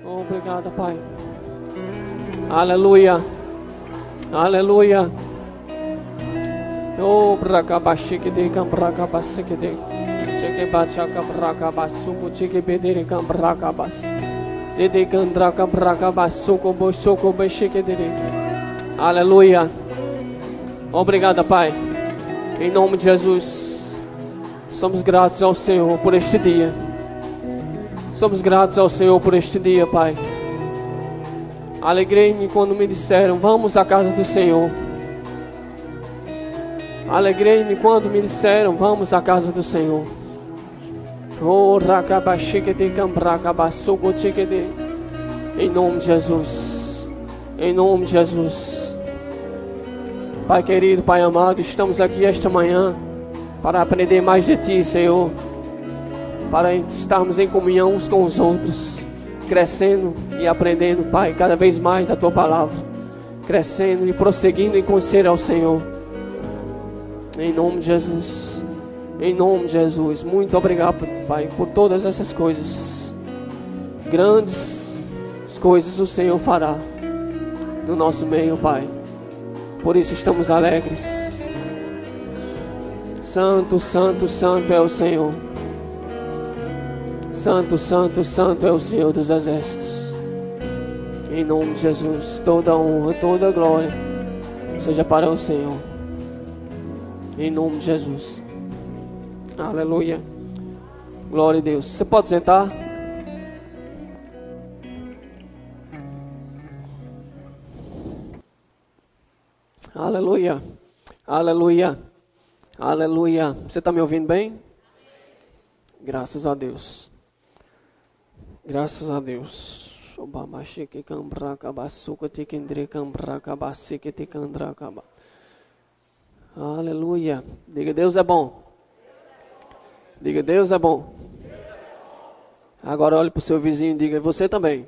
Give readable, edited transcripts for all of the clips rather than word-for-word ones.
Obrigado, Pai. Aleluia. Aleluia. Oh, bracabaxique de cambracabaxique de chequebachacabracabasuco, chequebedere cambracabas. Dede candracabracabasuco, bochoco, bexique de. Aleluia. Obrigado, Pai. Em nome de Jesus. Somos gratos ao Senhor por este dia. Somos gratos ao Senhor por este dia, Pai. Alegrei-me quando me disseram, vamos à casa do Senhor. Alegrei-me quando me disseram, vamos à casa do Senhor. Oh, racabaxique cambracabasuco, chiquede. Em nome de Jesus. Em nome de Jesus. Pai querido, Pai amado, estamos aqui esta manhã para aprender mais de Ti, Senhor. Para estarmos em comunhão uns com os outros, crescendo e aprendendo, Pai, cada vez mais da Tua palavra, crescendo e prosseguindo em conhecer ao Senhor. Em nome de Jesus. Em nome de Jesus. Muito obrigado, Pai, por todas essas coisas. Grandes coisas o Senhor fará no nosso meio, Pai. Por isso estamos alegres. Santo, santo, santo é o Senhor. Santo, santo, santo é o Senhor dos exércitos. Em nome de Jesus, toda honra, toda glória seja para o Senhor. Em nome de Jesus. Aleluia. Glória a Deus. Você pode sentar? Aleluia. Aleluia. Aleluia. Você está me ouvindo bem? Graças a Deus. Graças a Deus. Aleluia. Diga, Deus é bom. Diga, Deus é bom. Agora olhe para o seu vizinho e diga, você também.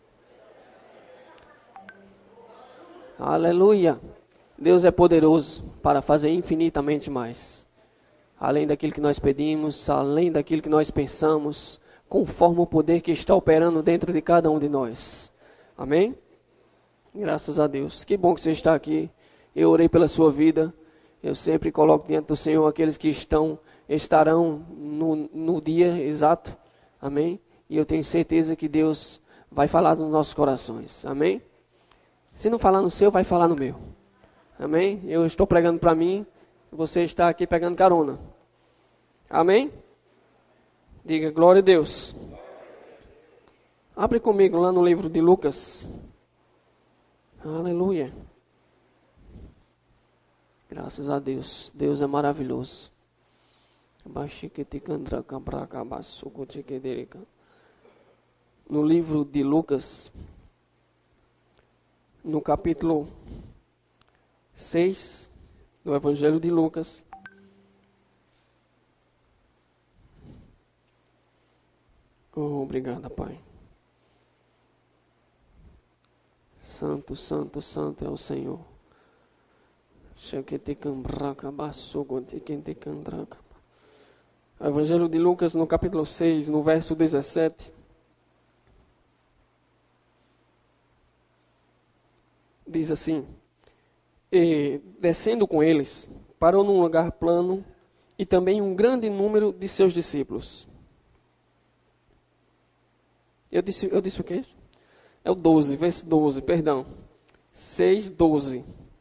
Aleluia. Deus é poderoso para fazer infinitamente mais. Além daquilo que nós pedimos, além daquilo que nós pensamos, conforme o poder que está operando dentro de cada um de nós. Amém? Graças a Deus. Que bom que você está aqui. Eu orei pela sua vida. Eu sempre coloco diante do Senhor aqueles que estarão no dia exato. Amém? E eu tenho certeza que Deus vai falar nos nossos corações. Amém? Se não falar no seu, vai falar no meu. Amém? Eu estou pregando para mim. Você está aqui pegando carona. Amém? Diga, glória a Deus. Abre comigo lá no livro de Lucas. Aleluia. Graças a Deus. Deus é maravilhoso. No livro de Lucas, no capítulo 6, do Evangelho de Lucas. Oh, obrigado, Pai. Santo, santo, santo é o Senhor. Evangelho de Lucas, no capítulo 6, no verso 17. Diz assim: E, descendo com eles, parou num lugar plano, e também um grande número de seus discípulos. Eu disse o quê? É o 12, verso 12, perdão. 6, 12.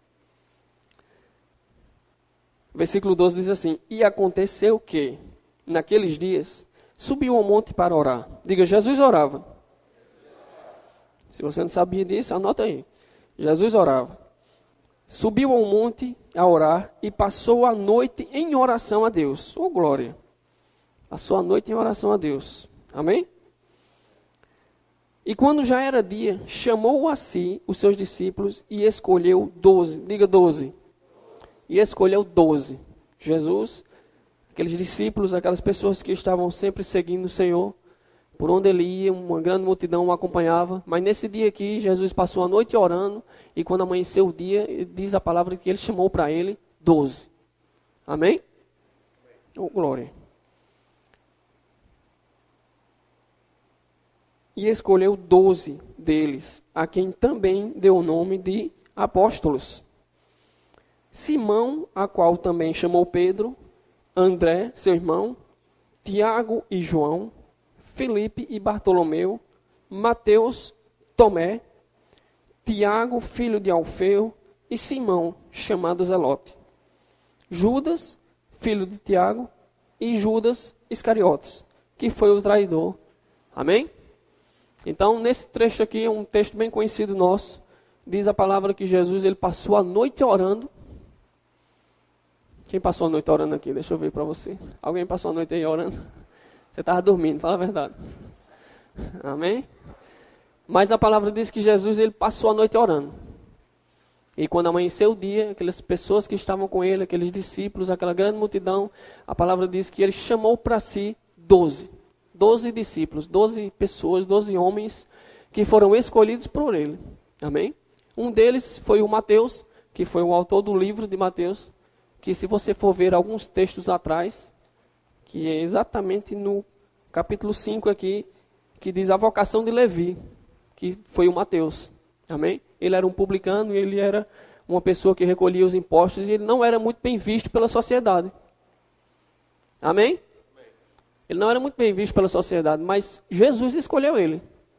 Versículo 12 diz assim: E aconteceu que, naqueles dias, subiu ao monte para orar. Diga, Jesus orava. Se você não sabia disso, anota aí. Jesus orava. Subiu ao monte a orar e passou a noite em oração a Deus. Oh, glória! Passou a noite em oração a Deus. Amém? E quando já era dia, chamou a si os seus discípulos e escolheu 12. Diga 12. E escolheu 12. Jesus, aqueles discípulos, aquelas pessoas que estavam sempre seguindo o Senhor, por onde ele ia, uma grande multidão o acompanhava. Mas nesse dia aqui, Jesus passou a noite orando, e quando amanheceu o dia, diz a palavra que ele chamou para ele 12. Amém? Oh, glória. e escolheu 12 deles, a quem também deu o nome de apóstolos. Simão, a qual também chamou Pedro, André, seu irmão, Tiago e João, Felipe e Bartolomeu, Mateus, Tomé, Tiago, filho de Alfeu, e Simão, chamado Zelote, Judas, filho de Tiago, e Judas Iscariotes, que foi o traidor. Amém? Então, nesse trecho aqui, é um texto bem conhecido nosso, diz a palavra que Jesus ele passou a noite orando. Quem passou a noite orando aqui? Deixa eu ver para você. Alguém passou a noite aí orando? Você estava dormindo, fala a verdade. Amém? Mas a palavra diz que Jesus ele passou a noite orando. E quando amanheceu o dia, aquelas pessoas que estavam com ele, aqueles discípulos, aquela grande multidão, a palavra diz que ele chamou para si 12 discípulos, 12 pessoas, 12 homens que foram escolhidos por ele. Amém? Um deles foi o Mateus, que foi o autor do livro de Mateus, que se você for ver alguns textos atrás, que é exatamente no capítulo 5 aqui, que diz a vocação de Levi, que foi o Mateus. Amém? Ele era um publicano, ele era uma pessoa que recolhia os impostos e ele não era muito bem visto pela sociedade. Amém? Ele não era muito bem visto pela sociedade, mas Jesus escolheu ele.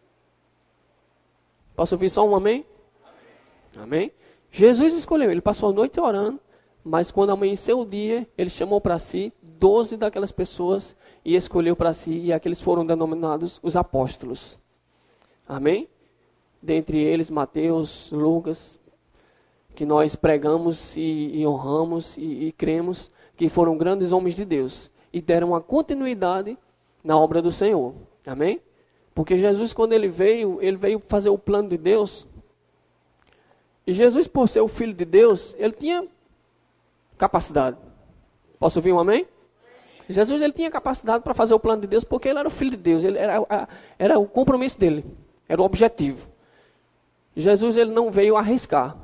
Posso ouvir só um amém? Amém? Jesus escolheu ele, passou a noite orando, mas quando amanheceu o dia, ele chamou para si 12 daquelas pessoas e escolheu para si, e aqueles foram denominados os apóstolos. Amém? Dentre eles, Mateus, Lucas, que nós pregamos e honramos e cremos que foram grandes homens de Deus e deram uma continuidade na obra do Senhor. Amém? Porque Jesus, quando ele veio fazer o plano de Deus. E Jesus, por ser o Filho de Deus, ele tinha capacidade. Posso ouvir um amém? Jesus ele tinha capacidade para fazer o plano de Deus porque ele era o Filho de Deus. Ele era o compromisso dele, era o objetivo. Jesus ele não veio arriscar.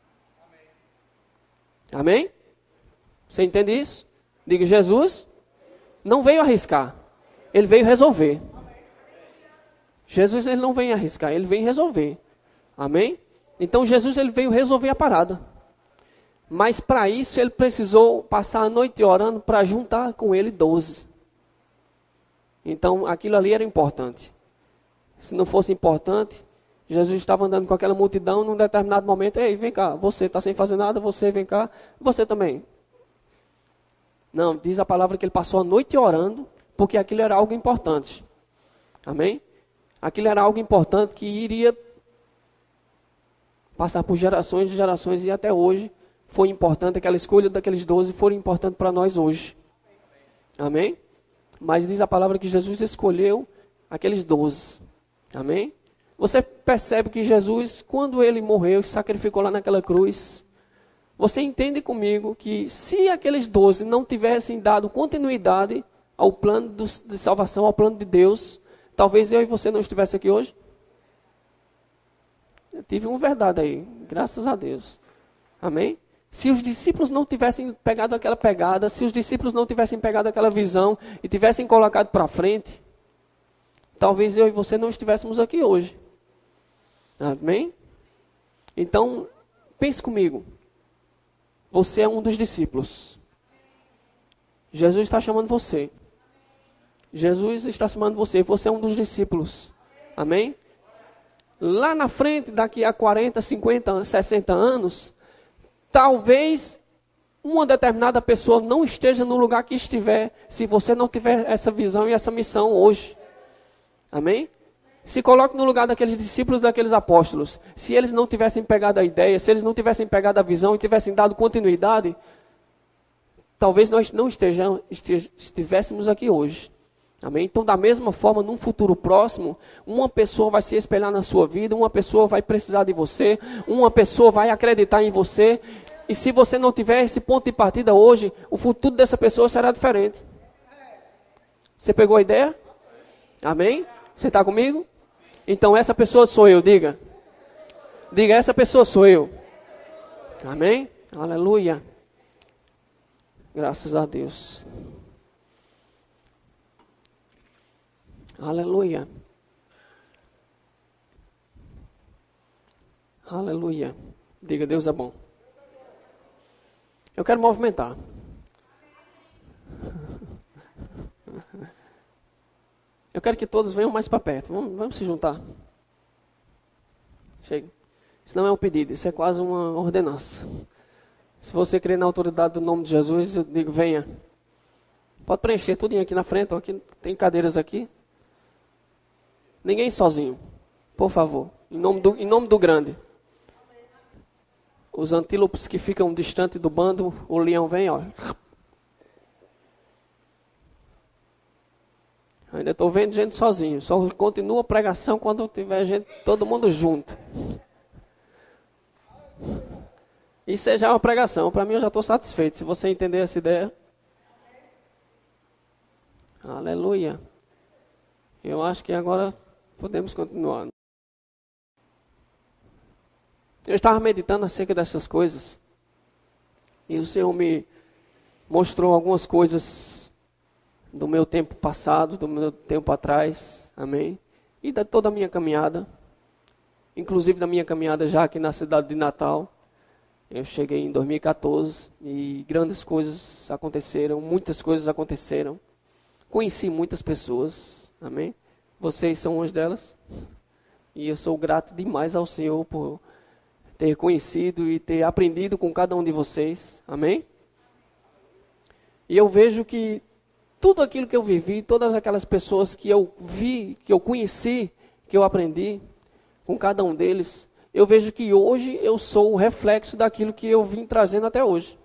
Amém? Você entende isso? Diga, Jesus não veio arriscar. Ele veio resolver. Jesus ele não vem arriscar, ele vem resolver. Amém? Então Jesus ele veio resolver a parada. Mas para isso ele precisou passar a noite orando para juntar com ele 12. Então aquilo ali era importante. Se não fosse importante, Jesus estava andando com aquela multidão, num determinado momento, ei, vem cá, você está sem fazer nada, você vem cá, você também. Não, diz a palavra que ele passou a noite orando, porque aquilo era algo importante. Amém? Aquilo era algo importante que iria passar por gerações e gerações, e até hoje foi importante, aquela escolha daqueles 12 foi importante para nós hoje. Amém? Mas diz a palavra que Jesus escolheu aqueles 12. Amém? Você percebe que Jesus, quando ele morreu e sacrificou lá naquela cruz, você entende comigo que se aqueles 12 não tivessem dado continuidade ao plano de salvação, ao plano de Deus, talvez eu e você não estivesse aqui hoje? Eu tive uma verdade aí, graças a Deus. Amém? Se os discípulos não tivessem pegado aquela pegada, se os discípulos não tivessem pegado aquela visão e tivessem colocado para frente, talvez eu e você não estivéssemos aqui hoje. Amém? Então, pense comigo. Você é um dos discípulos. Jesus está chamando você. Jesus está chamando você. Você é um dos discípulos. Amém? Lá na frente, daqui a 40, 50, 60 anos, talvez uma determinada pessoa não esteja no lugar que estiver, se você não tiver essa visão e essa missão hoje. Amém? Se coloque no lugar daqueles discípulos, daqueles apóstolos. Se eles não tivessem pegado a ideia, se eles não tivessem pegado a visão e tivessem dado continuidade, talvez nós não estivéssemos aqui hoje. Amém? Então, da mesma forma, num futuro próximo, uma pessoa vai se espelhar na sua vida, uma pessoa vai precisar de você, uma pessoa vai acreditar em você. E se você não tiver esse ponto de partida hoje, o futuro dessa pessoa será diferente. Você pegou a ideia? Amém? Você está comigo? Então essa pessoa sou eu, diga. Diga, essa pessoa sou eu. Amém? Aleluia. Graças a Deus. Aleluia. Aleluia. Diga, Deus é bom. Eu quero movimentar. Eu quero que todos venham mais para perto. Vamos se juntar. Chega. Isso não é um pedido, isso é quase uma ordenança. Se você crer na autoridade do nome de Jesus, eu digo, venha. Pode preencher tudinho aqui na frente, ó, aqui, tem cadeiras aqui. Ninguém sozinho, por favor. Em nome do grande. Os antílopes que ficam distante do bando, o leão vem, ó. Ainda estou vendo gente sozinho. Só continua a pregação quando tiver gente, todo mundo junto. Isso é já uma pregação. Para mim eu já estou satisfeito. Se você entender essa ideia. Aleluia. Eu acho que agora podemos continuar. Eu estava meditando acerca dessas coisas. E o Senhor me mostrou algumas coisas do meu tempo passado, do meu tempo atrás. Amém? E de toda a minha caminhada. Inclusive da minha caminhada já aqui na cidade de Natal. Eu cheguei em 2014 e grandes coisas aconteceram, muitas coisas aconteceram. Conheci muitas pessoas, amém? Vocês são uma delas. E eu sou grato demais ao Senhor por ter conhecido e ter aprendido com cada um de vocês, amém? E eu vejo que tudo aquilo que eu vivi, todas aquelas pessoas que eu vi, que eu conheci, que eu aprendi com cada um deles, eu vejo que hoje eu sou o reflexo daquilo que eu vim trazendo até hoje.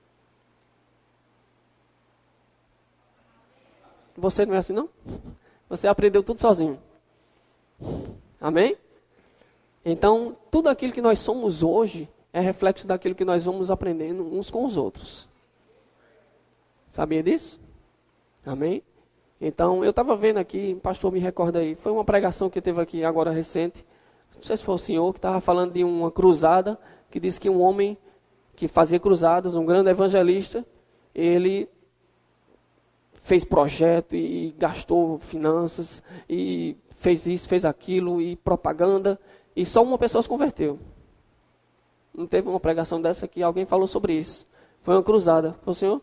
Você não é assim, não? Você aprendeu tudo sozinho. Amém? Então, tudo aquilo que nós somos hoje é reflexo daquilo que nós vamos aprendendo uns com os outros. Sabia disso? Amém? Então, eu estava vendo aqui, pastor, me recorda aí, foi uma pregação que teve aqui agora recente. Não sei se foi o senhor que estava falando de uma cruzada, que disse que um homem que fazia cruzadas, um grande evangelista, ele fez projeto e gastou finanças, e fez isso, fez aquilo, e propaganda, e só uma pessoa se converteu. Não teve uma pregação dessa que alguém falou sobre isso. Foi uma cruzada. Foi o senhor?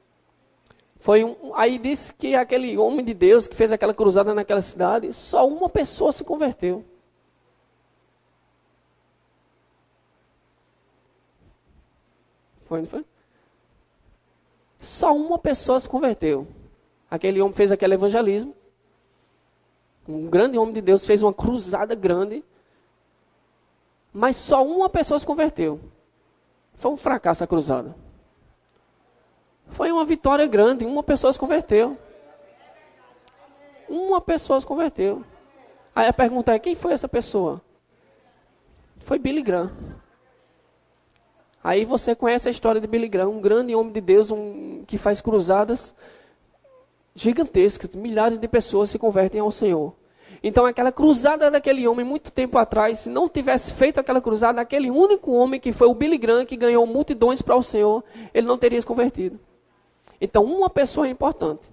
Aí disse que aquele homem de Deus que fez aquela cruzada naquela cidade, só uma pessoa se converteu. Foi, não foi? Só uma pessoa se converteu. Aquele homem fez aquele evangelismo. Um grande homem de Deus fez uma cruzada grande. Mas só uma pessoa se converteu. Foi um fracasso a cruzada. Foi uma vitória grande. Uma pessoa se converteu. Uma pessoa se converteu. Aí a pergunta é, quem foi essa pessoa? Foi Billy Graham. Aí você conhece a história de Billy Graham, um grande homem de Deus, que faz cruzadas gigantescas. Milhares de pessoas se convertem ao Senhor. Então aquela cruzada daquele homem, muito tempo atrás, se não tivesse feito aquela cruzada, aquele único homem que foi o Billy Graham, que ganhou multidões para o Senhor, ele não teria se convertido. Então uma pessoa é importante.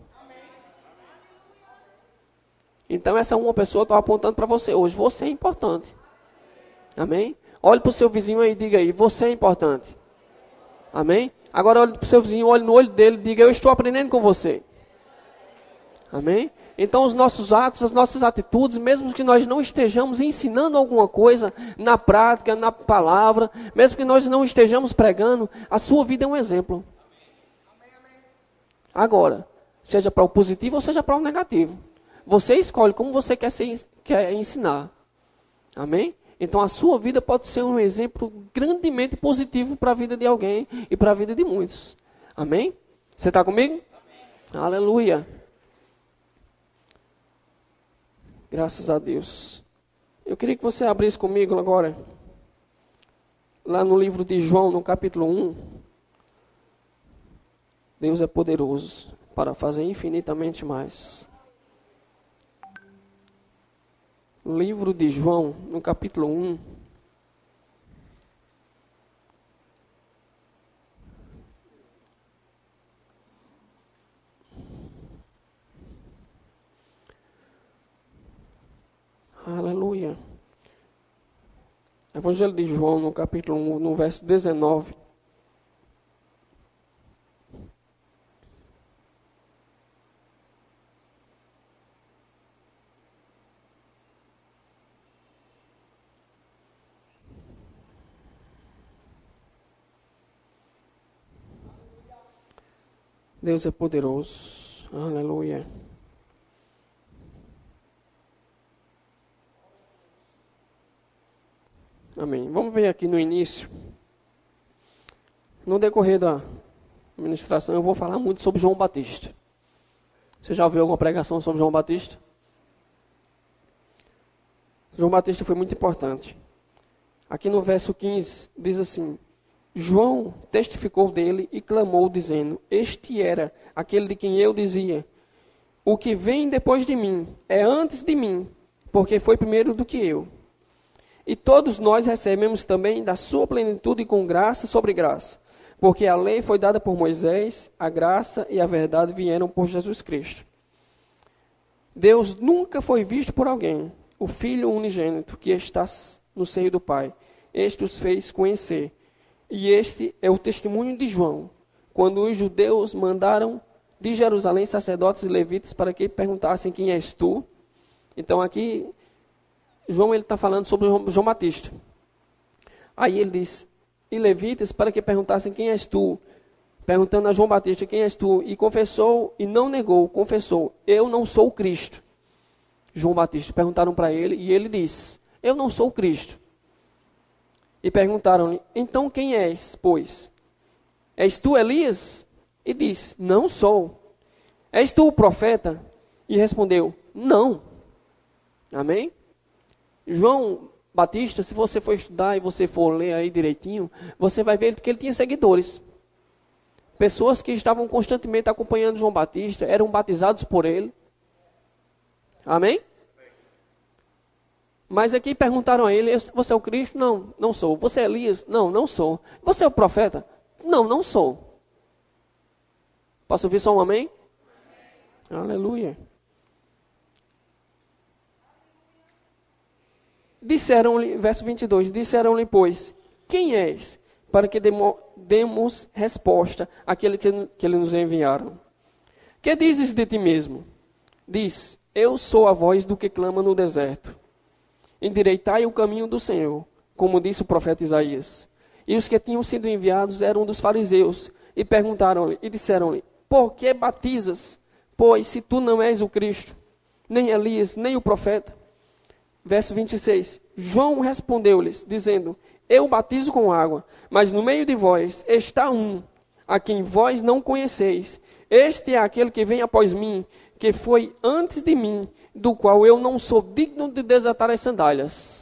Então essa uma pessoa eu estou apontando para você hoje. Você é importante. Amém? Olhe para o seu vizinho aí e diga aí, você é importante. Amém? Agora olhe para o seu vizinho, olhe no olho dele e diga, eu estou aprendendo com você. Amém? Então os nossos atos, as nossas atitudes, mesmo que nós não estejamos ensinando alguma coisa na prática, na palavra, mesmo que nós não estejamos pregando, a sua vida é um exemplo. Agora, seja para o positivo ou seja para o negativo. Você escolhe como você quer ensinar. Amém? Então a sua vida pode ser um exemplo grandemente positivo para a vida de alguém e para a vida de muitos. Amém? Você está comigo? Amém. Aleluia. Graças a Deus. Eu queria que você abrisse comigo agora, lá no livro de João, no capítulo 1. Deus é poderoso para fazer infinitamente mais. Livro de João, no capítulo 1. Aleluia. Evangelho de João, no capítulo 1, no verso 19. Deus é poderoso. Aleluia. Amém. Vamos ver aqui no início. No decorrer da ministração, eu vou falar muito sobre João Batista. Você já ouviu alguma pregação sobre João Batista? João Batista foi muito importante. Aqui no verso 15, diz assim: João testificou dele e clamou, dizendo: Este era aquele de quem eu dizia: O que vem depois de mim é antes de mim, porque foi primeiro do que eu. E todos nós recebemos também da sua plenitude com graça sobre graça, porque a lei foi dada por Moisés, a graça e a verdade vieram por Jesus Cristo. Deus nunca foi visto por alguém. O Filho unigênito que está no seio do Pai, este os fez conhecer. E este é o testemunho de João, quando os judeus mandaram de Jerusalém sacerdotes e levitas para que perguntassem: quem és tu? Então aqui João está falando sobre João Batista. Aí ele diz: e levitas para que perguntassem: quem és tu? Perguntando a João Batista: quem és tu? E confessou e não negou, confessou: eu não sou o Cristo. João Batista, perguntaram para ele e ele disse: eu não sou o Cristo. E perguntaram-lhe: então quem és, pois? És tu Elias? E disse: não sou. És tu o profeta? E respondeu: não. Amém? João Batista, se você for estudar e você for ler aí direitinho, você vai ver que ele tinha seguidores. Pessoas que estavam constantemente acompanhando João Batista, eram batizados por ele. Amém? Mas aqui perguntaram a ele: você é o Cristo? Não, não sou. Você é Elias? Não, não sou. Você é o profeta? Não, não sou. Posso ouvir só um amém? Amém. Aleluia. Disseram-lhe, verso 22, disseram-lhe, pois, quem és? Para que demos resposta àquele que ele nos enviaram. Que dizes de ti mesmo? Diz: eu sou a voz do que clama no deserto. Endireitai o caminho do Senhor, como disse o profeta Isaías. E os que tinham sido enviados eram dos fariseus, e perguntaram-lhe, e disseram-lhe: por que batizas? Pois se tu não és o Cristo, nem Elias, nem o profeta. Verso 26, João respondeu-lhes, dizendo: eu batizo com água, mas no meio de vós está um, a quem vós não conheceis. Este é aquele que vem após mim, que foi antes de mim, do qual eu não sou digno de desatar as sandálias.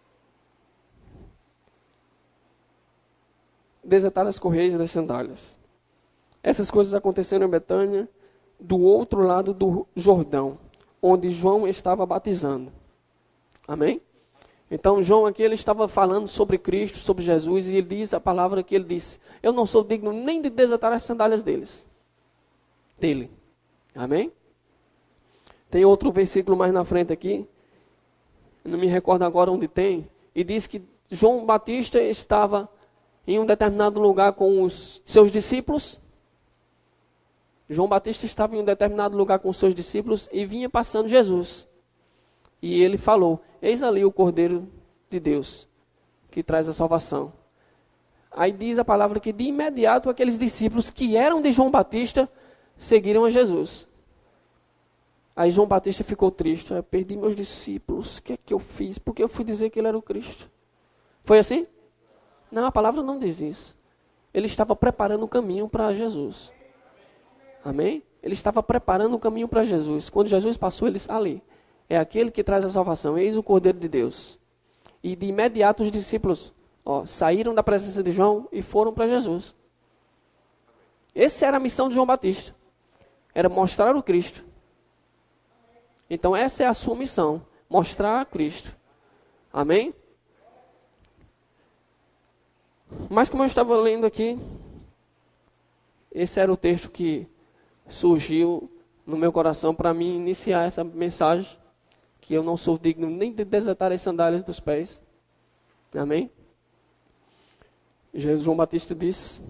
Desatar as correias das sandálias. Essas coisas aconteceram em Betânia, do outro lado do Jordão, onde João estava batizando. Amém? Então João aqui ele estava falando sobre Cristo, sobre Jesus, e ele diz a palavra que ele disse: eu não sou digno nem de desatar as sandálias dele. Amém? Tem outro versículo mais na frente aqui, não me recordo agora onde tem, e diz que João Batista estava em um determinado lugar com os seus discípulos. João Batista estava em um determinado lugar com os seus discípulos e vinha passando Jesus. E ele falou: eis ali o Cordeiro de Deus, que traz a salvação. Aí diz a palavra que de imediato aqueles discípulos que eram de João Batista seguiram a Jesus. Aí João Batista ficou triste: eu perdi meus discípulos, o que é que eu fiz? Porque eu fui dizer que ele era o Cristo. Foi assim? Não, a palavra não diz isso. Ele estava preparando o caminho para Jesus. Amém? Ele estava preparando o caminho para Jesus. Quando Jesus passou, ele disse: ali, é aquele que traz a salvação, eis o Cordeiro de Deus. E de imediato os discípulos saíram da presença de João e foram para Jesus. Essa era a missão de João Batista. Era mostrar o Cristo. Então essa é a sua missão, mostrar a Cristo. Amém? Mas como eu estava lendo aqui, esse era o texto que surgiu no meu coração para mim iniciar essa mensagem, que eu não sou digno nem de desatar as sandálias dos pés. Amém? João Batista disse...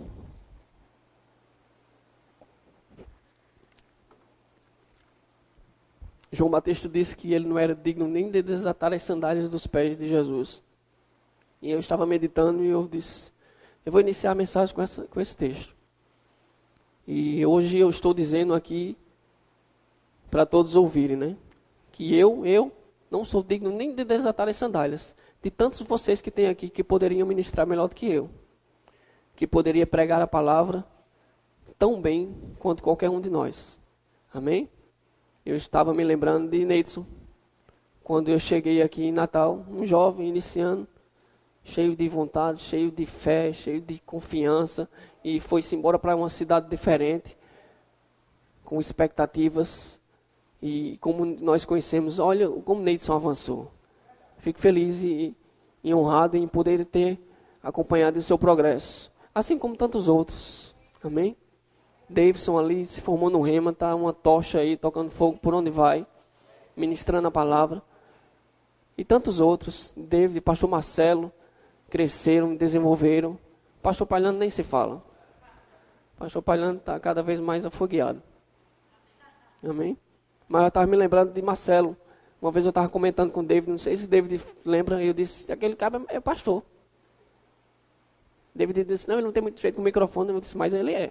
João Batista disse que ele não era digno nem de desatar as sandálias dos pés de Jesus. E eu estava meditando e eu disse, eu vou iniciar a mensagem com esse texto. E hoje eu estou dizendo aqui, para todos ouvirem, né? Que eu não sou digno nem de desatar as sandálias de tantos vocês que tem aqui que poderiam ministrar melhor do que eu. Que poderia pregar a palavra tão bem quanto qualquer um de nós. Amém? Eu estava me lembrando de Neidson, quando eu cheguei aqui em Natal, um jovem iniciando, cheio de vontade, cheio de fé, cheio de confiança, e foi-se embora para uma cidade diferente, com expectativas, e como nós conhecemos, olha como Neidson avançou. Fico feliz e honrado em poder ter acompanhado o seu progresso, assim como tantos outros. Amém? Davidson ali se formou no Rema, está uma tocha aí, tocando fogo por onde vai, ministrando a palavra. E tantos outros, David, pastor Marcelo, cresceram, desenvolveram. Pastor Palhano nem se fala. Pastor Palhano está cada vez mais afogueado. Amém? Mas eu estava me lembrando de Marcelo. Uma vez eu estava comentando com o David, não sei se o David lembra, e eu disse, aquele cara é pastor. David disse, não, ele não tem muito jeito com o microfone. Eu disse, mas ele é.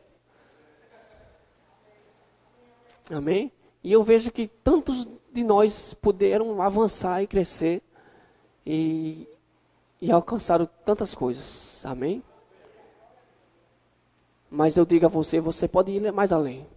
Amém? E eu vejo que tantos de nós puderam avançar e crescer e alcançaram tantas coisas. Amém? Mas eu digo a você, você pode ir mais além.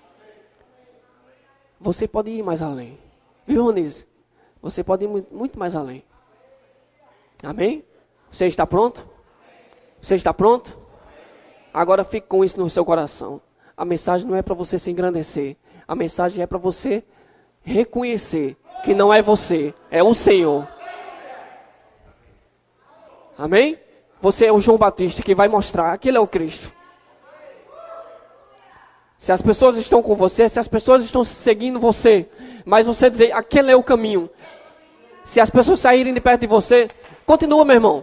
Você pode ir mais além. Viu, Ronise? Você pode ir muito mais além. Amém? Você está pronto? Você está pronto? Agora fique com isso no seu coração. A mensagem não é para você se engrandecer. A mensagem é para você reconhecer que não é você, é o Senhor. Amém? Você é o João Batista que vai mostrar que ele é o Cristo. Se as pessoas estão com você, se as pessoas estão seguindo você, mas você dizer, aquele é o caminho. Se as pessoas saírem de perto de você, continua, meu irmão.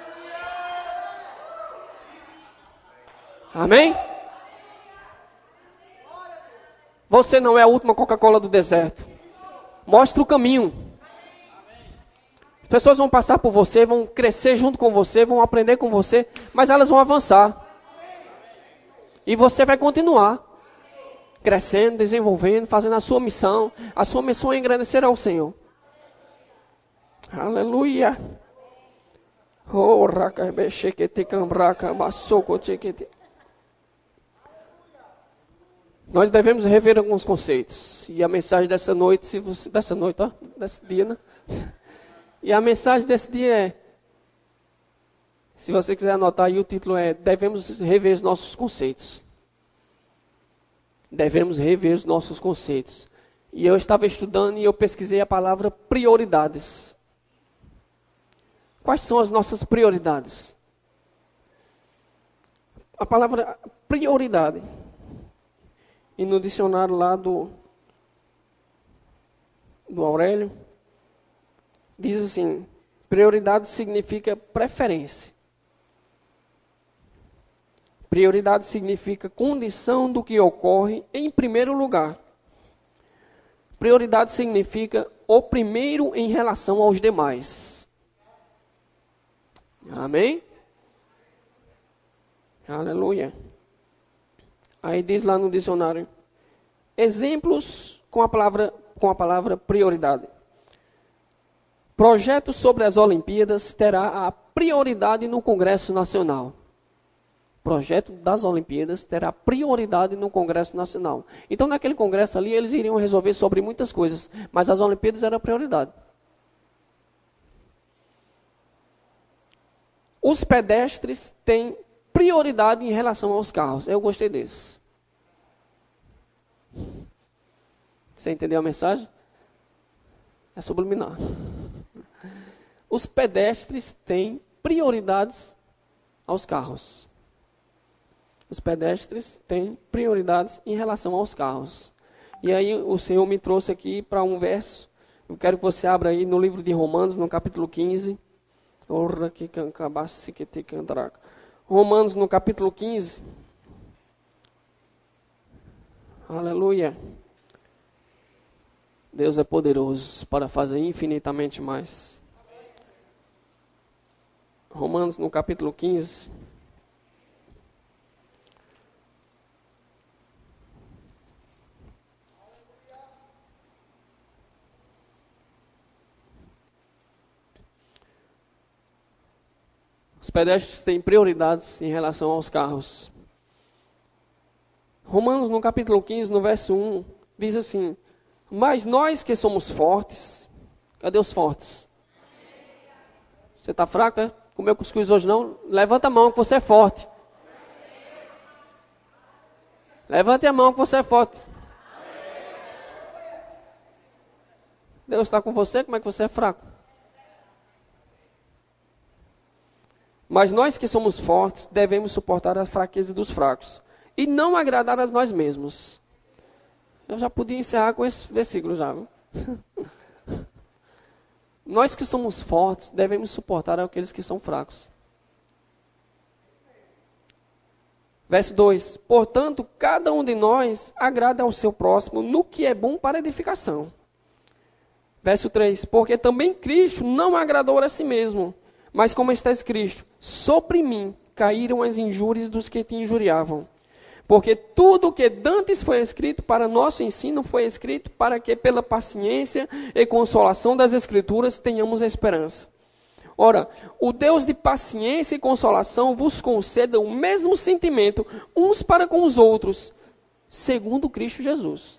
Amém? Você não é a última Coca-Cola do deserto. Mostra o caminho. As pessoas vão passar por você, vão crescer junto com você, vão aprender com você, mas elas vão avançar. E você vai continuar crescendo, desenvolvendo, fazendo a sua missão. A sua missão é engrandecer ao Senhor. Aleluia. Oh, raca, bechequete, cambraca, baçoco, chequete. Nós devemos rever alguns conceitos. E a mensagem dessa noite, desse dia, né? E a mensagem desse dia é, se você quiser anotar aí, o título é, devemos rever os nossos conceitos. Devemos rever os nossos conceitos. E eu estava estudando e eu pesquisei a palavra prioridades. Quais são as nossas prioridades? A palavra prioridade. E no dicionário lá do Aurélio, diz assim, prioridade significa preferência. Prioridade significa condição do que ocorre em primeiro lugar. Prioridade significa o primeiro em relação aos demais. Amém? Aleluia. Aí diz lá no dicionário, exemplos com a palavra prioridade. Projeto sobre as Olimpíadas terá a prioridade no Congresso Nacional. Projeto das Olimpíadas terá prioridade no Congresso Nacional. Então, naquele congresso ali, eles iriam resolver sobre muitas coisas, mas as Olimpíadas eram a prioridade. Os pedestres têm prioridade em relação aos carros. Eu gostei desses. Você entendeu a mensagem? É subliminar. Os pedestres têm prioridades aos carros. Os pedestres têm prioridades em relação aos carros. E aí o Senhor me trouxe aqui para um verso. Eu quero que você abra aí no livro de Romanos, no capítulo 15. Romanos no capítulo 15. Aleluia. Deus é poderoso para fazer infinitamente mais. Romanos no capítulo 15. Os pedestres têm prioridades em relação aos carros. Romanos no capítulo 15, no verso 1, diz assim: mas nós que somos fortes, cadê os fortes? Você está fraco, é? Comeu cuscuz hoje não? Levanta a mão que você é forte. Levante a mão que você é forte. Deus está com você, como é que você é fraco? Mas nós que somos fortes, devemos suportar a fraqueza dos fracos e não agradar a nós mesmos. Eu já podia encerrar com esse versículo já. Viu? Nós que somos fortes, devemos suportar aqueles que são fracos. Verso 2: portanto, cada um de nós agrada ao seu próximo no que é bom para edificação. Verso 3: porque também Cristo não agradou a si mesmo, mas como está escrito: sobre mim caíram as injúrias dos que te injuriavam. Porque tudo o que dantes foi escrito para nosso ensino foi escrito para que pela paciência e consolação das Escrituras tenhamos esperança. Ora, o Deus de paciência e consolação vos conceda o mesmo sentimento uns para com os outros, segundo Cristo Jesus.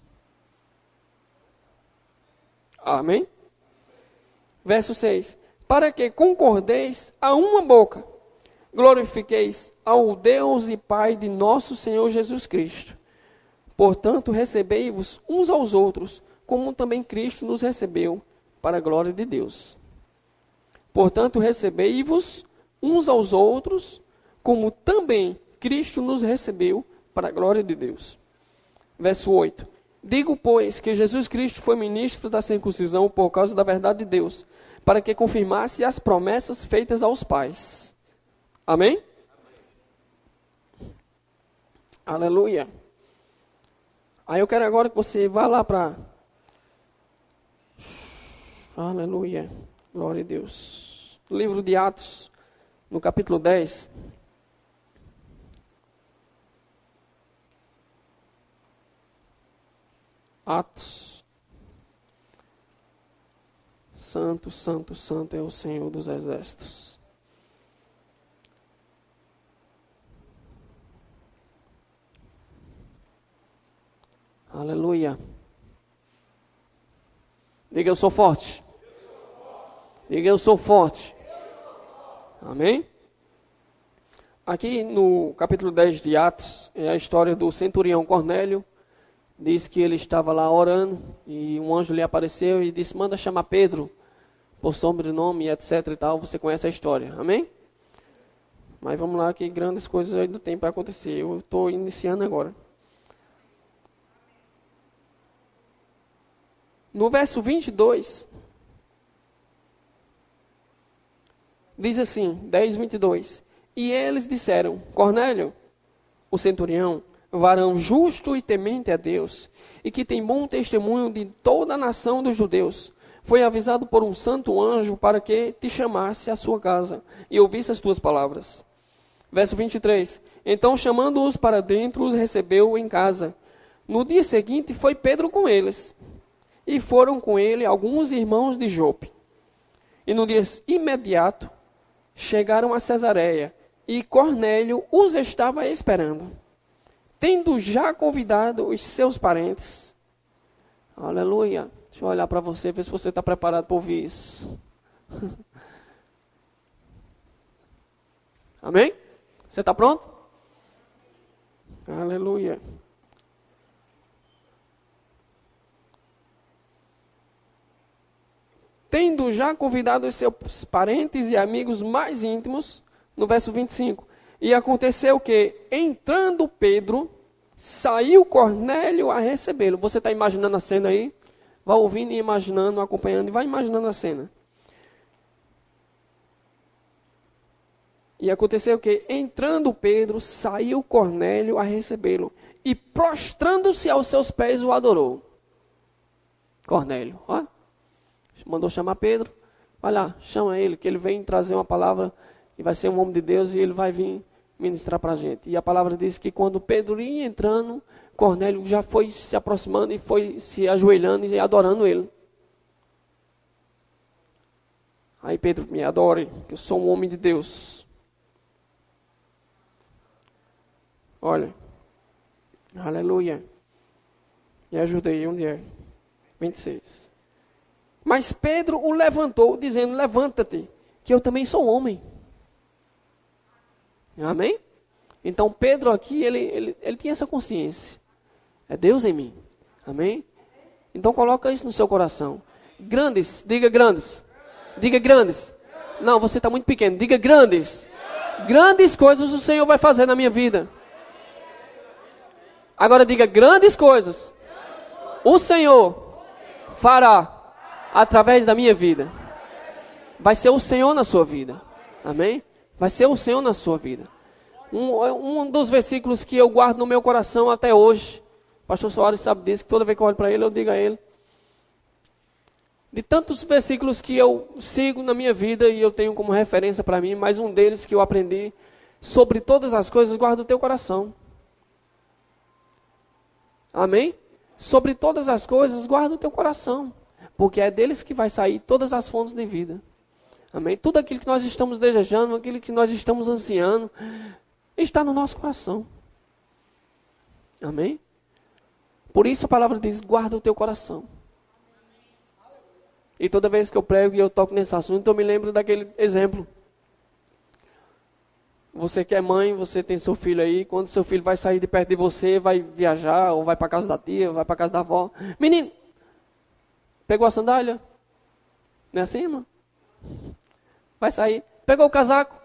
Amém? Verso 6. Para que concordeis a uma boca, glorifiqueis ao Deus e Pai de nosso Senhor Jesus Cristo. Portanto, recebei-vos uns aos outros, como também Cristo nos recebeu, para a glória de Deus. Portanto, recebei-vos uns aos outros, como também Cristo nos recebeu, para a glória de Deus. Verso 8. Digo, pois, que Jesus Cristo foi ministro da circuncisão por causa da verdade de Deus, para que confirmasse as promessas feitas aos pais. Amém? Aleluia. Aí eu quero agora que você vá lá para... Aleluia. Glória a Deus. Livro de Atos, no capítulo 10. Atos. Santo, santo, santo é o Senhor dos exércitos. Aleluia. Diga, eu sou forte. Diga, eu sou forte. Amém? Aqui no capítulo 10 de Atos, é a história do centurião Cornélio. Diz que ele estava lá orando e um anjo lhe apareceu e disse: manda chamar Pedro por sobrenome, etc e tal. Você conhece a história, amém? Mas vamos lá, que grandes coisas ainda tem para acontecer. Eu estou iniciando agora. No verso 22, diz assim, 10, 22. E eles disseram: Cornélio, o centurião, varão justo e temente a Deus, e que tem bom testemunho de toda a nação dos judeus, foi avisado por um santo anjo para que te chamasse à sua casa e ouvisse as tuas palavras. Verso 23. Então, chamando-os para dentro, os recebeu em casa. No dia seguinte, foi Pedro com eles, e foram com ele alguns irmãos de Jope. E no dia imediato, chegaram a Cesareia, e Cornélio os estava esperando, tendo já convidado os seus parentes. Aleluia. Deixa eu olhar para você, ver se você está preparado para ouvir isso. Amém? Você está pronto? Aleluia. Tendo já convidado os seus parentes e amigos mais íntimos, no verso 25. E aconteceu que, entrando Pedro, saiu Cornélio a recebê-lo. Você está imaginando a cena aí? Vai ouvindo e imaginando, acompanhando, e vai imaginando a cena. E aconteceu que, entrando Pedro, saiu Cornélio a recebê-lo. E prostrando-se aos seus pés, o adorou. Cornélio, ó, mandou chamar Pedro. Vai lá, chama ele, que ele vem trazer uma palavra. E vai ser um homem de Deus e ele vai vir ministrar para a gente. E a palavra diz que quando Pedro ia entrando, Cornélio já foi se aproximando e foi se ajoelhando e adorando ele. Aí Pedro, me adore, que eu sou um homem de Deus. Olha, aleluia. Me ajuda aí, onde é? 26. Mas Pedro o levantou, dizendo, levanta-te, que eu também sou homem. Amém? Então Pedro aqui, ele tinha essa consciência. É Deus em mim. Amém? Então coloca isso no seu coração. Grandes, diga grandes. Diga grandes. Não, você está muito pequeno. Diga grandes. Grandes coisas o Senhor vai fazer na minha vida. Agora diga grandes coisas. O Senhor fará através da minha vida. Vai ser o Senhor na sua vida. Amém? Vai ser o Senhor na sua vida. Um dos versículos que eu guardo no meu coração até hoje. O pastor Soares sabe disso, que toda vez que eu olho para ele, eu digo a ele. De tantos versículos que eu sigo na minha vida e eu tenho como referência para mim, mas um deles que eu aprendi, sobre todas as coisas, guarda o teu coração. Amém? Sobre todas as coisas, guarda o teu coração, porque é deles que vai sair todas as fontes de vida. Amém? Tudo aquilo que nós estamos desejando, aquilo que nós estamos ansiando, está no nosso coração. Amém? Por isso a palavra diz, guarda o teu coração. E toda vez que eu prego e eu toco nesse assunto, eu me lembro daquele exemplo. Você que é mãe, você tem seu filho aí, quando seu filho vai sair de perto de você, vai viajar, ou vai para casa da tia, vai para casa da avó. Menino, pegou a sandália? Não é assim, irmão? Vai sair. Pegou o casaco?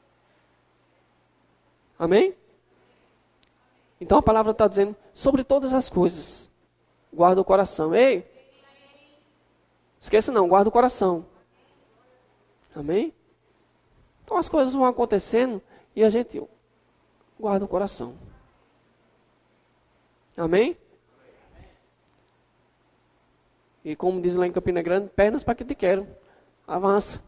Amém? Então a palavra está dizendo, sobre todas as coisas, guarda o coração. Ei! Esqueça não, guarda o coração. Amém? Então as coisas vão acontecendo e a gente guarda o coração. Amém? E como diz lá em Campina Grande, pernas para que te quero. Avança.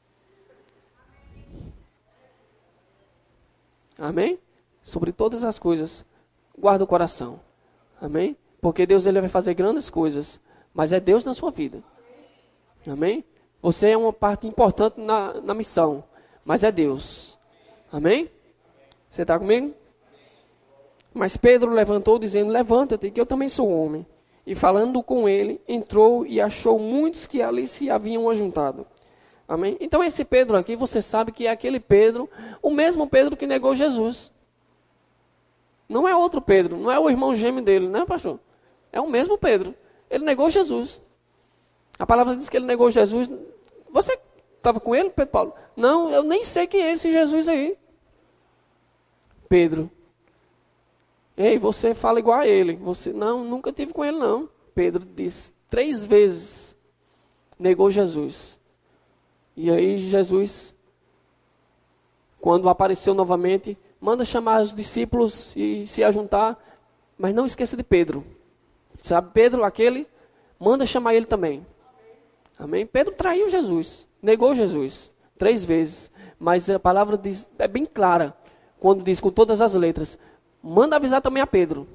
Amém? Sobre todas as coisas, guarda o coração. Amém? Porque Deus ele vai fazer grandes coisas, mas é Deus na sua vida. Amém? Você é uma parte importante na missão, mas é Deus. Amém? Você está comigo? Mas Pedro levantou dizendo, levanta-te, que eu também sou homem. E falando com ele, entrou e achou muitos que ali se haviam ajuntado. Amém? Então esse Pedro aqui, você sabe que é aquele Pedro, o mesmo Pedro que negou Jesus. Não é outro Pedro, não é o irmão gêmeo dele, né, pastor? É o mesmo Pedro. Ele negou Jesus. A palavra diz que ele negou Jesus. Você estava com ele, Pedro Paulo? Não, eu nem sei quem é esse Jesus aí. Pedro. Ei, você fala igual a ele. Você, não, nunca tive com ele não. Pedro disse 3 vezes. Negou Jesus. E aí Jesus, quando apareceu novamente, manda chamar os discípulos e se ajuntar. Mas não esqueça de Pedro. Sabe, Pedro, aquele, manda chamar ele também. Amém? Pedro traiu Jesus, negou Jesus 3 vezes, mas a palavra diz, é bem clara, quando diz com todas as letras, manda avisar também a Pedro.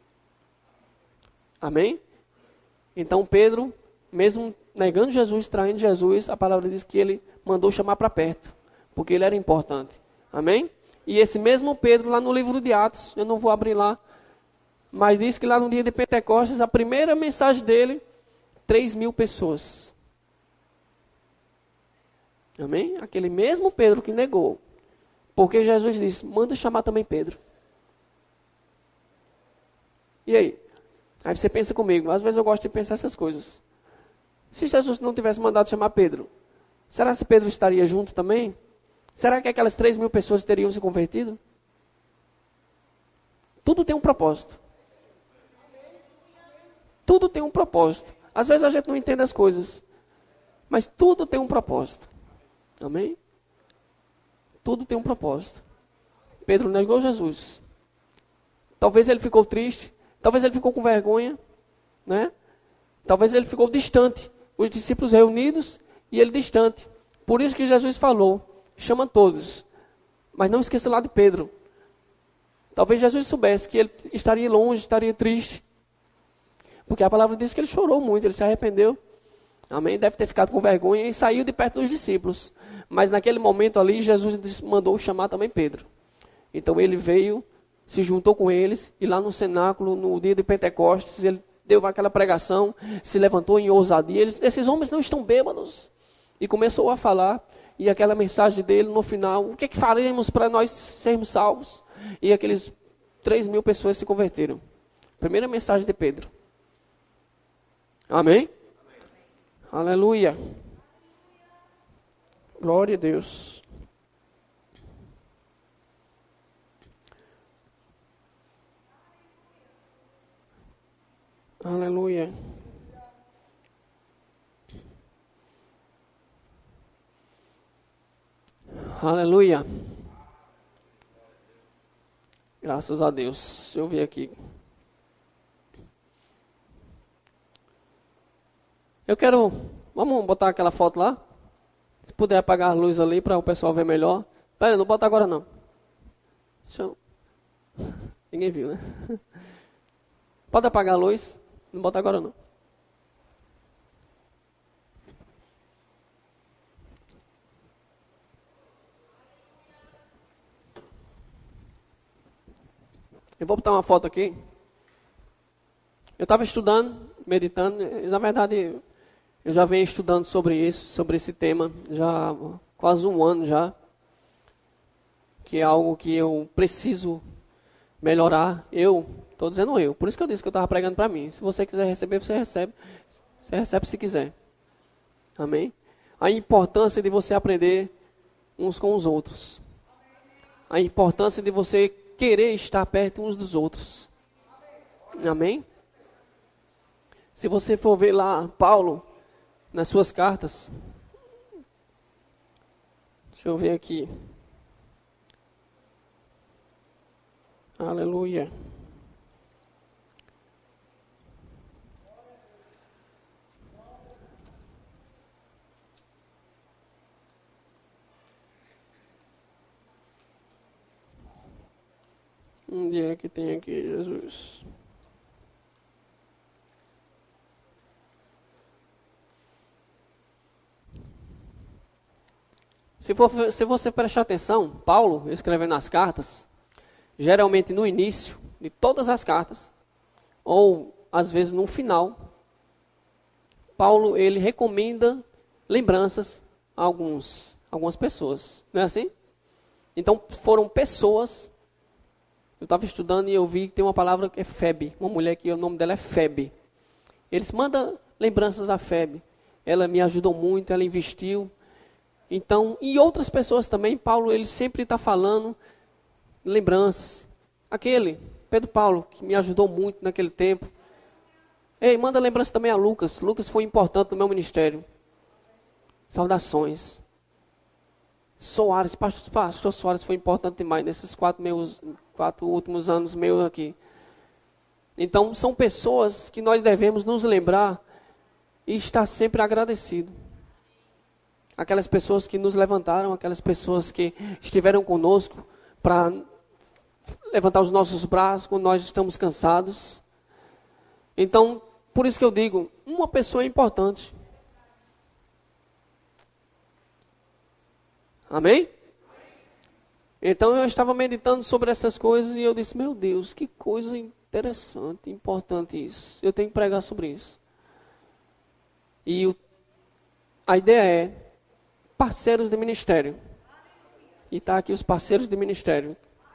Amém? Então Pedro, mesmo negando Jesus, traindo Jesus, a palavra diz que ele mandou chamar para perto, porque ele era importante. Amém? E esse mesmo Pedro, lá no livro de Atos, eu não vou abrir lá, mas diz que lá no dia de Pentecostes, a primeira mensagem dele, 3.000 pessoas. Amém? Aquele mesmo Pedro que negou. Porque Jesus disse, manda chamar também Pedro. E aí? Aí você pensa comigo, às vezes eu gosto de pensar essas coisas. Se Jesus não tivesse mandado chamar Pedro, será que Pedro estaria junto também? Será que aquelas 3.000 pessoas teriam se convertido? Tudo tem um propósito. Tudo tem um propósito. Às vezes a gente não entende as coisas, mas tudo tem um propósito. Amém? Tudo tem um propósito. Pedro negou Jesus. Talvez ele ficou triste, talvez ele ficou com vergonha, né? Talvez ele ficou distante. Os discípulos reunidos e ele distante. Por isso que Jesus falou, chama todos. Mas não esqueça lá de Pedro. Talvez Jesus soubesse que ele estaria longe, estaria triste. Porque a palavra diz que ele chorou muito, ele se arrependeu. Amém? Deve ter ficado com vergonha e saiu de perto dos discípulos. Mas naquele momento ali, Jesus mandou chamar também Pedro. Então ele veio, se juntou com eles, e lá no cenáculo, no dia de Pentecostes, ele deu aquela pregação, se levantou em ousadia. Esses homens não estão bêbados. E começou a falar, e aquela mensagem dele no final, o que é que faremos para nós sermos salvos? E aqueles 3.000 pessoas se converteram. Primeira mensagem de Pedro. Amém? Aleluia. Glória a Deus. Aleluia. Aleluia. Graças a Deus. Deixa eu ver aqui. Vamos botar aquela foto lá? Se puder apagar a luz ali para o pessoal ver melhor. Pera, não bota agora não. Ninguém viu, né? Pode apagar a luz. Não bota agora não. Eu vou botar uma foto aqui. Eu estava estudando, meditando. Na verdade, eu já venho estudando sobre isso, sobre esse tema, já há quase um ano já. Que é algo que eu preciso melhorar. Estou dizendo eu. Por isso que eu disse que eu estava pregando para mim. Se você quiser receber, você recebe. Você recebe se quiser. Amém? A importância de você aprender uns com os outros. A importância de você querer estar perto uns dos outros. Amém? Se você for ver lá, Paulo, nas suas cartas. Deixa eu ver aqui. Aleluia. Onde é que tem aqui, Jesus? Se você prestar atenção, Paulo, escrevendo as cartas, geralmente no início de todas as cartas, ou às vezes no final, Paulo ele recomenda lembranças a algumas pessoas. Não é assim? Então foram pessoas. Eu estava estudando e eu vi que tem uma palavra que é Febe. Uma mulher que o nome dela é Febe. Eles mandam lembranças a Febe. Ela me ajudou muito, ela investiu. Então, e outras pessoas também, Paulo, ele sempre está falando lembranças. Aquele, Pedro Paulo, que me ajudou muito naquele tempo. Ei, manda lembrança também a Lucas. Lucas foi importante no meu ministério. Saudações. Soares, pastor Soares foi importante demais nesses 4 últimos anos meus aqui. Então, são pessoas que nós devemos nos lembrar e estar sempre agradecido. Aquelas pessoas que nos levantaram, aquelas pessoas que estiveram conosco para levantar os nossos braços quando nós estamos cansados. Então, por isso que eu digo, uma pessoa é importante. Amém? Então eu estava meditando sobre essas coisas e eu disse, meu Deus, que coisa interessante, importante isso. Eu tenho que pregar sobre isso. E a ideia é parceiros de ministério. E está aqui os parceiros de ministério.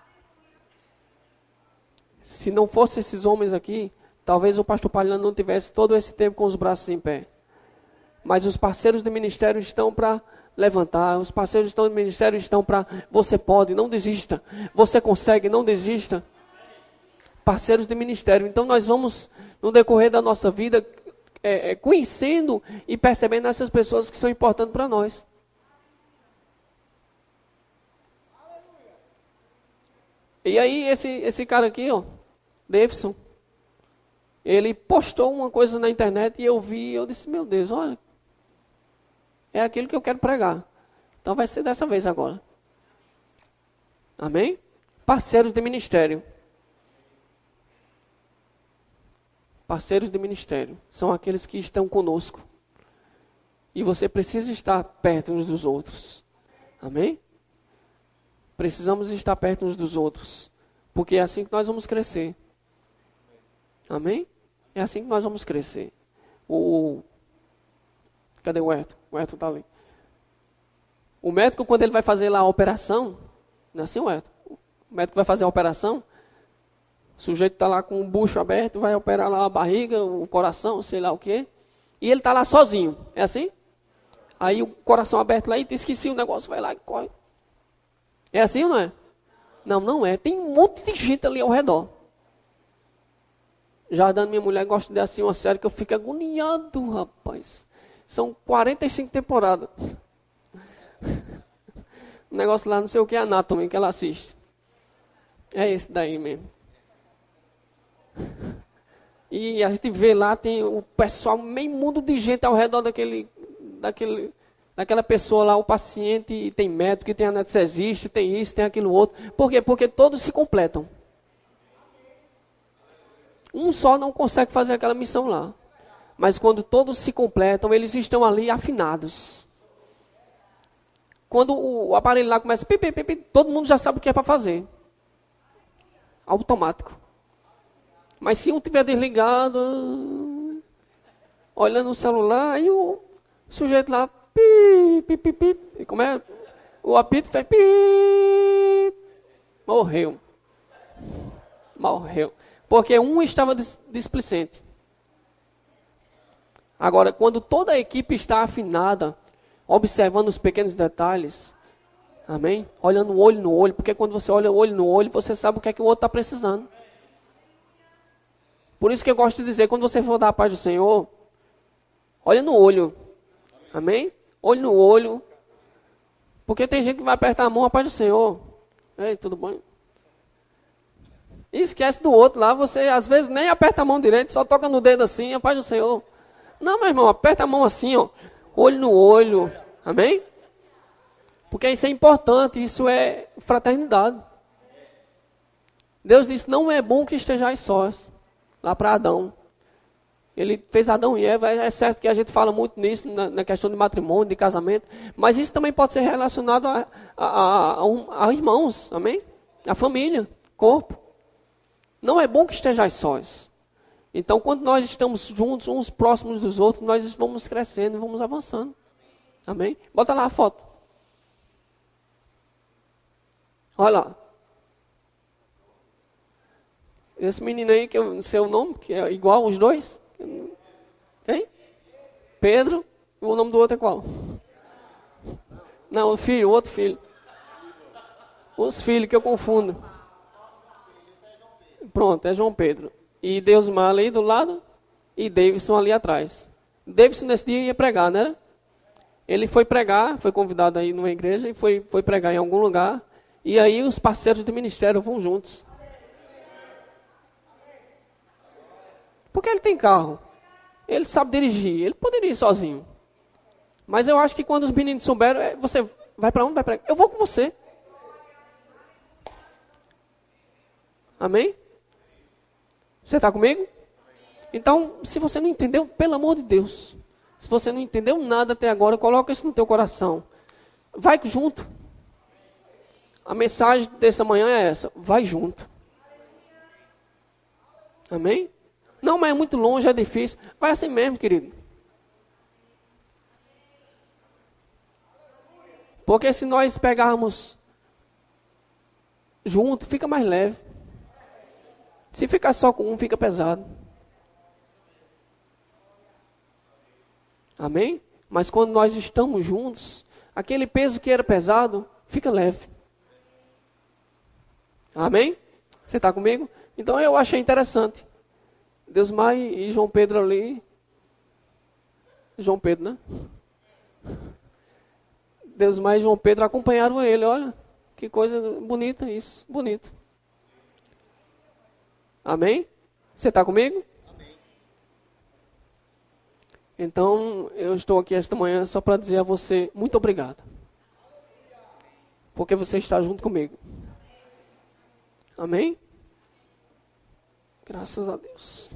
Se não fossem esses homens aqui, talvez o pastor Palhano não tivesse todo esse tempo com os braços em pé. Mas os parceiros de ministério estão para levantar. Os parceiros do ministério estão para você pode, não desista. Você consegue, não desista. Parceiros de ministério. Então nós vamos, no decorrer da nossa vida, conhecendo e percebendo essas pessoas que são importantes para nós. E aí esse cara aqui, ó, Davidson, ele postou uma coisa na internet e eu vi, eu disse, meu Deus, olha, é aquilo que eu quero pregar. Então vai ser dessa vez agora. Amém? Parceiros de ministério. Parceiros de ministério são aqueles que estão conosco. E você precisa estar perto uns dos outros. Amém? Precisamos estar perto uns dos outros. Porque é assim que nós vamos crescer. Amém? É assim que nós vamos crescer. Cadê o Herto? O Herto está ali. O médico, quando ele vai fazer lá a operação, não é assim, o Herto? O médico vai fazer a operação, o sujeito está lá com o bucho aberto, vai operar lá a barriga, o coração, sei lá o quê. E ele está lá sozinho. É assim? Aí o coração aberto lá e esqueci o negócio, vai lá e corre. É assim ou não é? Não, não é. Tem um monte de gente ali ao redor. Jardane, minha mulher, gosta de assistir uma série que eu fico agoniado, rapaz. São 45 temporadas. Um negócio lá, não sei o que, Anatomy, que ela assiste. É esse daí mesmo. E a gente vê lá, tem o pessoal, meio mundo de gente ao redor daquela pessoa lá, o paciente, e tem médico, tem anestesista, tem isso, tem aquilo outro. Por quê? Porque todos se completam. Um só não consegue fazer aquela missão lá. Mas quando todos se completam, eles estão ali afinados. Quando o aparelho lá começa, todo mundo já sabe o que é para fazer. Automático. Mas se um tiver desligado, olhando o celular, aí o sujeito lá, como é? O apito faz, morreu. Morreu. Porque um estava displicente. Agora, quando toda a equipe está afinada, observando os pequenos detalhes, amém? Olhando olho no olho, porque quando você olha olho no olho, você sabe o que é que o outro está precisando. Por isso que eu gosto de dizer, quando você for dar a paz do Senhor, olha no olho, amém? Olho no olho, porque tem gente que vai apertar a mão, a paz do Senhor. Ei, tudo bom? E esquece do outro lá, você às vezes nem aperta a mão direito, só toca no dedo assim, a paz do Senhor. Não, meu irmão, aperta a mão assim, ó, olho no olho, amém? Porque isso é importante, isso é fraternidade. Deus disse, não é bom que estejais sós, lá para Adão. Ele fez Adão e Eva, é certo que a gente fala muito nisso, na questão de matrimônio, de casamento, mas isso também pode ser relacionado a irmãos, amém? A família, corpo. Não é bom que estejais sós. Então, quando nós estamos juntos, uns próximos dos outros, nós vamos crescendo e vamos avançando. Amém? Bota lá a foto. Olha lá. Esse menino aí, que eu não sei o nome, que é igual os dois. Quem? Pedro. E o nome do outro é qual? Não, o filho, o outro filho. Os filhos que eu confundo. Pronto, é João Pedro. E Deusmar ali do lado e Davidson ali atrás. Davidson nesse dia ia pregar, né? Ele foi pregar, foi convidado aí numa igreja e foi pregar em algum lugar. E aí os parceiros do ministério vão juntos. Porque ele tem carro. Ele sabe dirigir. Ele poderia ir sozinho. Mas eu acho que quando os meninos souberam, você vai para onde? Vai pregar? Eu vou com você. Amém? Você está comigo? Então, se você não entendeu, pelo amor de Deus, se você não entendeu nada até agora, coloca isso no teu coração. Vai junto. A mensagem dessa manhã é essa. Vai junto. Amém? Não, mas é muito longe, é difícil. Vai assim mesmo, querido. Porque se nós pegarmos junto, fica mais leve. Se ficar só com um, fica pesado. Amém? Mas quando nós estamos juntos, aquele peso que era pesado, fica leve. Amém? Você está comigo? Então eu achei interessante. Deusmar e João Pedro ali. João Pedro, né? Deusmar e João Pedro acompanharam ele. Olha, que coisa bonita isso. Bonito. Amém? Você está comigo? Amém. Então, eu estou aqui esta manhã só para dizer a você muito obrigado. Porque você está junto comigo. Amém? Graças a Deus.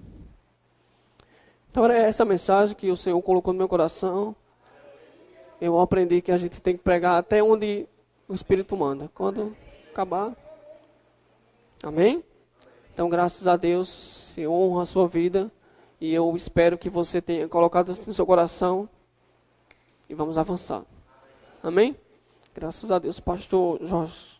Então, era essa mensagem que o Senhor colocou no meu coração. Eu aprendi que a gente tem que pregar até onde o Espírito manda. Quando acabar. Amém? Então, graças a Deus, eu honro a sua vida. E eu espero que você tenha colocado isso no seu coração. E vamos avançar. Amém? Graças a Deus, pastor Jorge.